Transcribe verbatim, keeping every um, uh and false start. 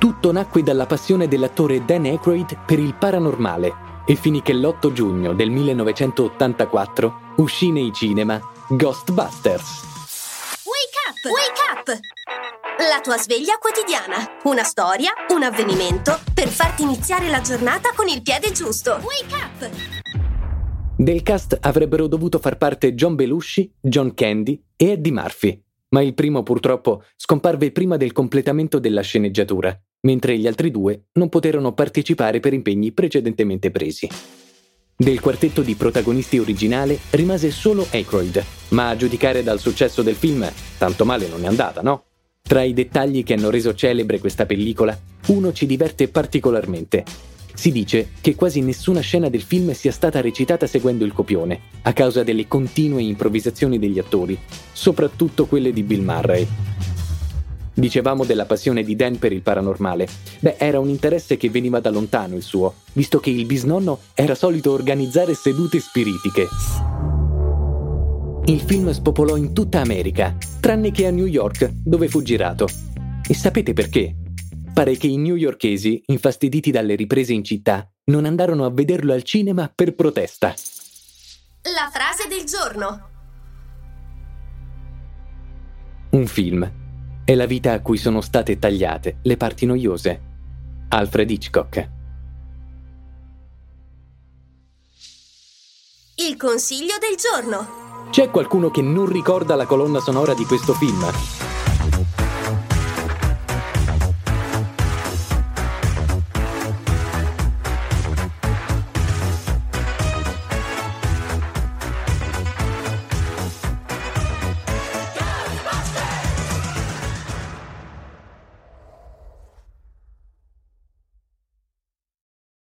Tutto nacque dalla passione dell'attore Dan Aykroyd per il paranormale e finì che l'otto giugno del millenovecentottantaquattro uscì nei cinema Ghostbusters. Wake up! Wake up! La tua sveglia quotidiana. Una storia, un avvenimento per farti iniziare la giornata con il piede giusto. Wake up! Del cast avrebbero dovuto far parte John Belushi, John Candy e Eddie Murphy, ma il primo purtroppo scomparve prima del completamento della sceneggiatura, mentre gli altri due non poterono partecipare per impegni precedentemente presi. Del quartetto di protagonisti originale rimase solo Aykroyd, ma a giudicare dal successo del film, tanto male non è andata, no? Tra i dettagli che hanno reso celebre questa pellicola, uno ci diverte particolarmente. Si dice che quasi nessuna scena del film sia stata recitata seguendo il copione, a causa delle continue improvvisazioni degli attori, soprattutto quelle di Bill Murray. Dicevamo della passione di Dan per il paranormale. Beh, era un interesse che veniva da lontano il suo, visto che il bisnonno era solito organizzare sedute spiritiche. Il film spopolò in tutta America, tranne che a New York, dove fu girato. E sapete perché? Pare che i newyorkesi, infastiditi dalle riprese in città, non andarono a vederlo al cinema per protesta. La frase del giorno. Un film è la vita a cui sono state tagliate le parti noiose. Alfred Hitchcock. Il consiglio del giorno. C'è qualcuno che non ricorda la colonna sonora di questo film?